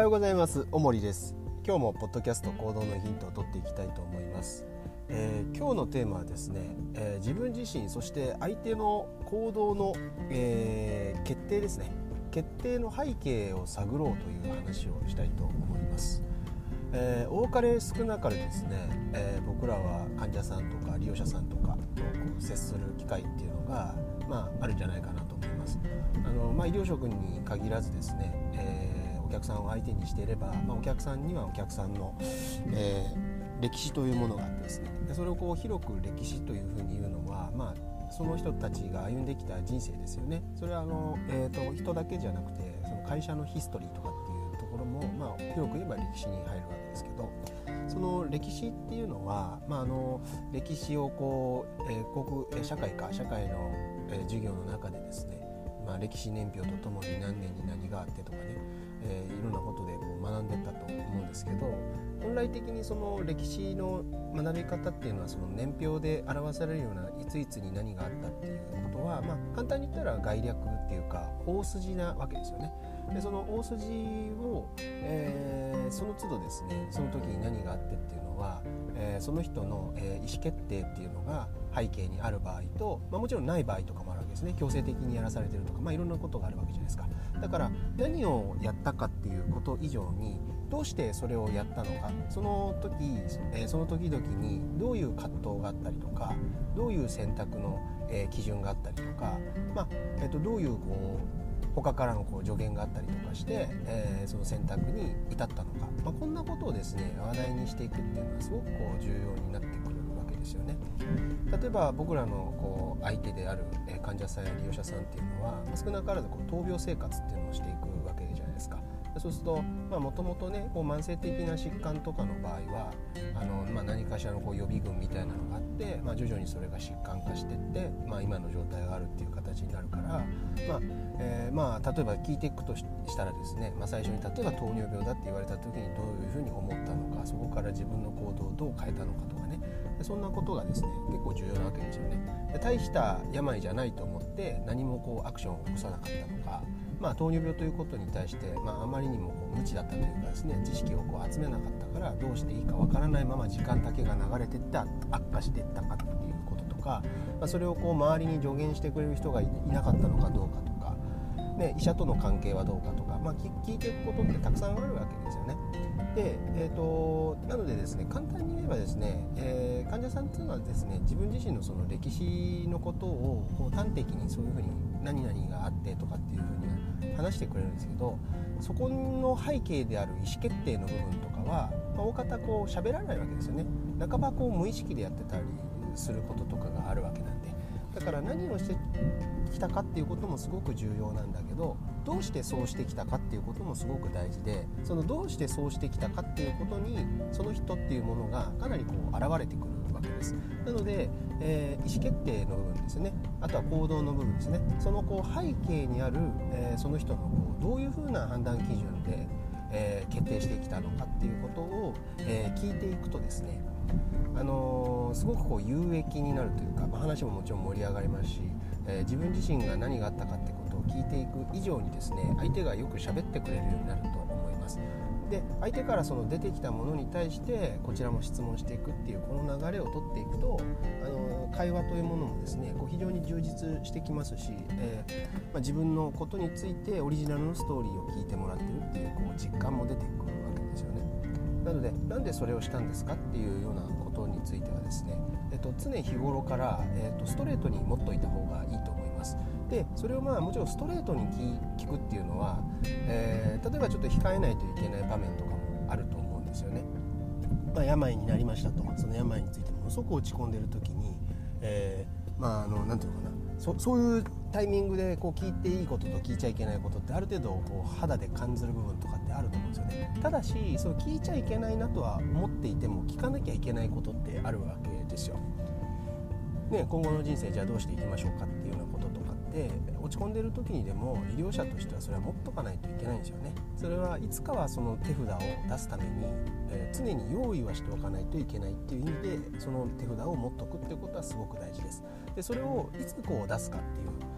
ようございます。小森です。今日もポッドキャスト行動のヒントを取っていきたいと思います。今日のテーマはですね、自分自身そして相手の行動の、決定ですね。決定の背景を探ろうという話をしたいと思います。多かれ少なかれですね、僕らは患者さんとか利用者さんとかと接する機会っていうのが、あるんじゃないかなと思います。医療職に限らずですね、お客さんを相手にしていれば、お客さんにはお客さんの、歴史というものがあってですね、でそれを広く歴史というふうに言うのは、その人たちが歩んできた人生ですよね。それは人だけじゃなくて、その会社のヒストリーとかっていうところも、広く言えば歴史に入るわけですけど、その歴史っていうのは、歴史を社会の、授業の中でですね、歴史年表とともに何年に何があってとかね、いろんなことで学んでたと思うんですけど、本来的にその歴史の学び方っていうのはその年表で表されるようないついつに何があったっていうことは、簡単に言ったら概略っていうか大筋なわけですよね。でその大筋を、その都度ですね、その時に何があってっていうのは、その人の、意思決定っていうのが背景にある場合と、もちろんない場合とかもあるわけですね。強制的にやらされてるとか、いろんなことがあるわけじゃないですか。だから何をやったかっていうこと以上に、どうしてそれをやったのか、その時、その時々にどういう葛藤があったりとか、どういう選択の、基準があったりとか、どういう他からの助言があったりとかして、その選択に至ったのか、こんなことをですね話題にしていくっていうのはすごく重要になってくるわけですよね。例えば僕らの相手である患者さんや利用者さんっていうのは、少なからず闘病生活っていうのをしていくわけじゃないですか。そうするともともとね慢性的な疾患とかの場合は何かしらの予備軍みたいなのがあって、徐々にそれが疾患化していって、今の状態があるっていう形になるから、例えば聞いていくとしたらですね、最初に例えば糖尿病だって言われた時にどういうふうに思ったのか、そこから自分の行動をどう変えたのかとかね、そんなことがですね結構重要なわけですよね。で大した病じゃないと思って何もアクションを起こさなかったのか、糖尿病ということに対して、あまりにも無知だったというかですね、知識を集めなかったからどうしていいかわからないまま時間だけが流れていって悪化していったかっていうこととか、それを周りに助言してくれる人がいなかったのかどうかとか、医者との関係はどうかとか、聞いていくことってたくさんあるわけですよね。で、なのでですね、簡単に言えばですね、患者さんっていうのはですね、自分自身のその歴史のことを端的にそういうふうに何々があってとかっていうふうに話してくれるんですけど、そこの背景である意思決定の部分とかは、大方喋らないわけですよね。半ば無意識でやってたりすることとかがあるわけなんで、だから何をしてきたかっていうこともすごく重要なんだけど、どうしてそうしてきたかっていうこともすごく大事で、そのどうしてそうしてきたかっていうことにその人っていうものがかなり現れてくるわけです。なので、意思決定の部分ですね、あとは行動の部分ですね、その背景にある、その人のどういうふうな判断基準で、決定してきたのかっていうことを、聞いていくとですね、すごく有益になるというか、話ももちろん盛り上がりますし、自分自身が何があったかってことを聞いていく以上にですね、相手がよく喋ってくれるようになると思います。で、相手からその出てきたものに対してこちらも質問していくっていうこの流れを取っていくと、会話というものもですね非常に充実してきますし、自分のことについてオリジナルのストーリーを聞いてもらってるっていう実感も出てくるわけですよね。なので、なんでそれをしたんですかっていうようなことについてはですね、常日頃から、ストレートに持っといた方がいいと思います。で、それをもちろんストレートに聞くっていうのは、例えばちょっと控えないといけない場面とかもあると思うんですよね。病になりましたと、その病についてものすごく落ち込んでる時に、なんていうのかな、そういうタイミングで聞いていいことと聞いちゃいけないことってある程度肌で感じる部分とかってあると思うんですよね。ただし、その聞いちゃいけないなとは思っていても聞かなきゃいけないことってあるわけですよ。今後の人生じゃあどうしていきましょうかっていうようなこととかって落ち込んでる時にでも医療者としてはそれは持っとかないといけないんですよね。それはいつかはその手札を出すために、常に用意はしておかないといけないっていう意味で、その手札を持っとくっていうことはすごく大事です。で、それをいつ出すかっていう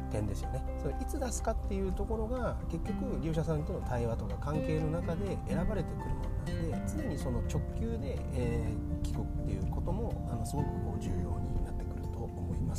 点ですよね。それいつ出すかっていうところが結局利用者さんとの対話とか関係の中で選ばれてくるものなんで、常にその直球で、聞くっていうこともすごく重要になってくると思います。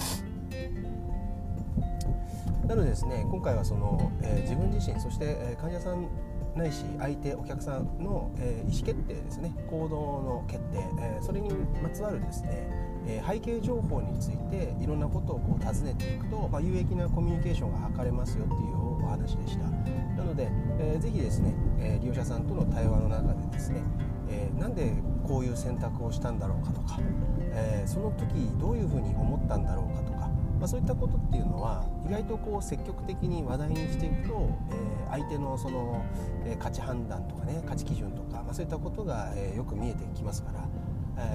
なのでですね、今回はその、自分自身、そして、患者さんないし相手お客さんの、意思決定ですね、行動の決定、それにまつわるですね、背景情報についていろんなことを尋ねていくと、有益なコミュニケーションが図れますよっていうお話でした。なので、ぜひですね、利用者さんとの対話の中でですね、なんでこういう選択をしたんだろうかとか、その時どういうふうに思ったんだろうかとか、そういったことっていうのは意外と積極的に話題にしていくと、相手のその、価値判断とかね、価値基準とか、そういったことが、よく見えてきますから、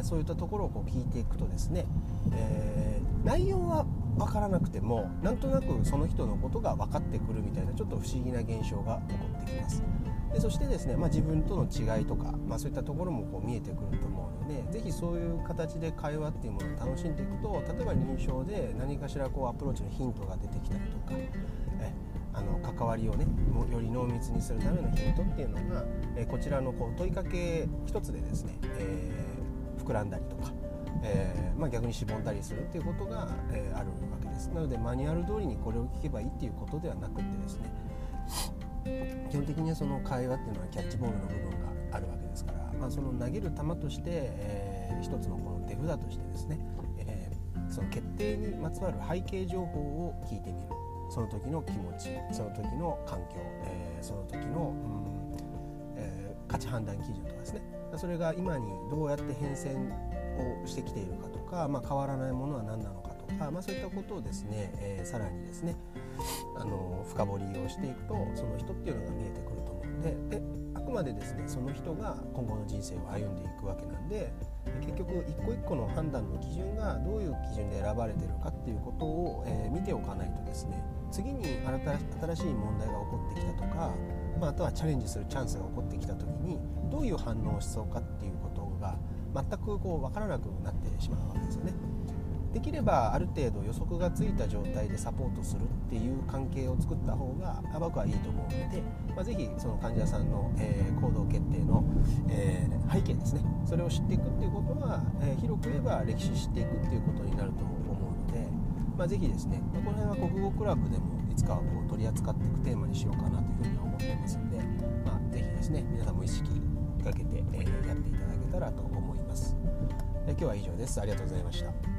そういったところを聞いていくとですね、内容は分からなくてもなんとなくその人のことが分かってくるみたいな、ちょっと不思議な現象が起こってきます。でそしてですね、自分との違いとか、そういったところも見えてくると思うので、ぜひそういう形で会話っていうものを楽しんでいくと、例えば臨床で何かしらアプローチのヒントが出てきたりとか、関わりをねより濃密にするためのヒントっていうのが、こちらの問いかけ一つでですね、膨らんだりとか、逆にしぼんだりするっていうことが、あるわけです。なのでマニュアル通りにこれを聞けばいいっていうことではなくてですね、基本的にはその会話っていうのはキャッチボールの部分があるわけですから、その投げる球として、一つのこの手札としてですね、その決定にまつわる背景情報を聞いてみる。その時の気持ち、その時の環境、その時の、価値判断基準とかですね、それが今にどうやって変遷をしてきているかとか、変わらないものは何なのかとか、そういったことをですね、さらにですね深掘りをしていくと、その人っていうのが見えてくると思うので、あくまでですねその人が今後の人生を歩んでいくわけなんで、結局一個一個の判断の基準がどういう基準で選ばれているかっていうことを、見ておかないとですね、次に新しい問題が起こってきたとか、あとはチャレンジするチャンスが起こってきた時にどういう反応をしそうかっていうことが全く分からなくなってしまうわけですよね。できればある程度予測がついた状態でサポートするっていう関係を作った方が僕はいいと思うので、ぜひその患者さんの、行動決定の、背景ですね、それを知っていくっていうことは、広く言えば歴史知っていくっていうことになると思うので、ぜひですね、この辺は国語クラブでもいつかは取り扱っていくテーマにしようかなというふうには思っていますので、ぜひですね皆さんも意識かけて、やっていただけたらと思います。今日は以上です。ありがとうございました。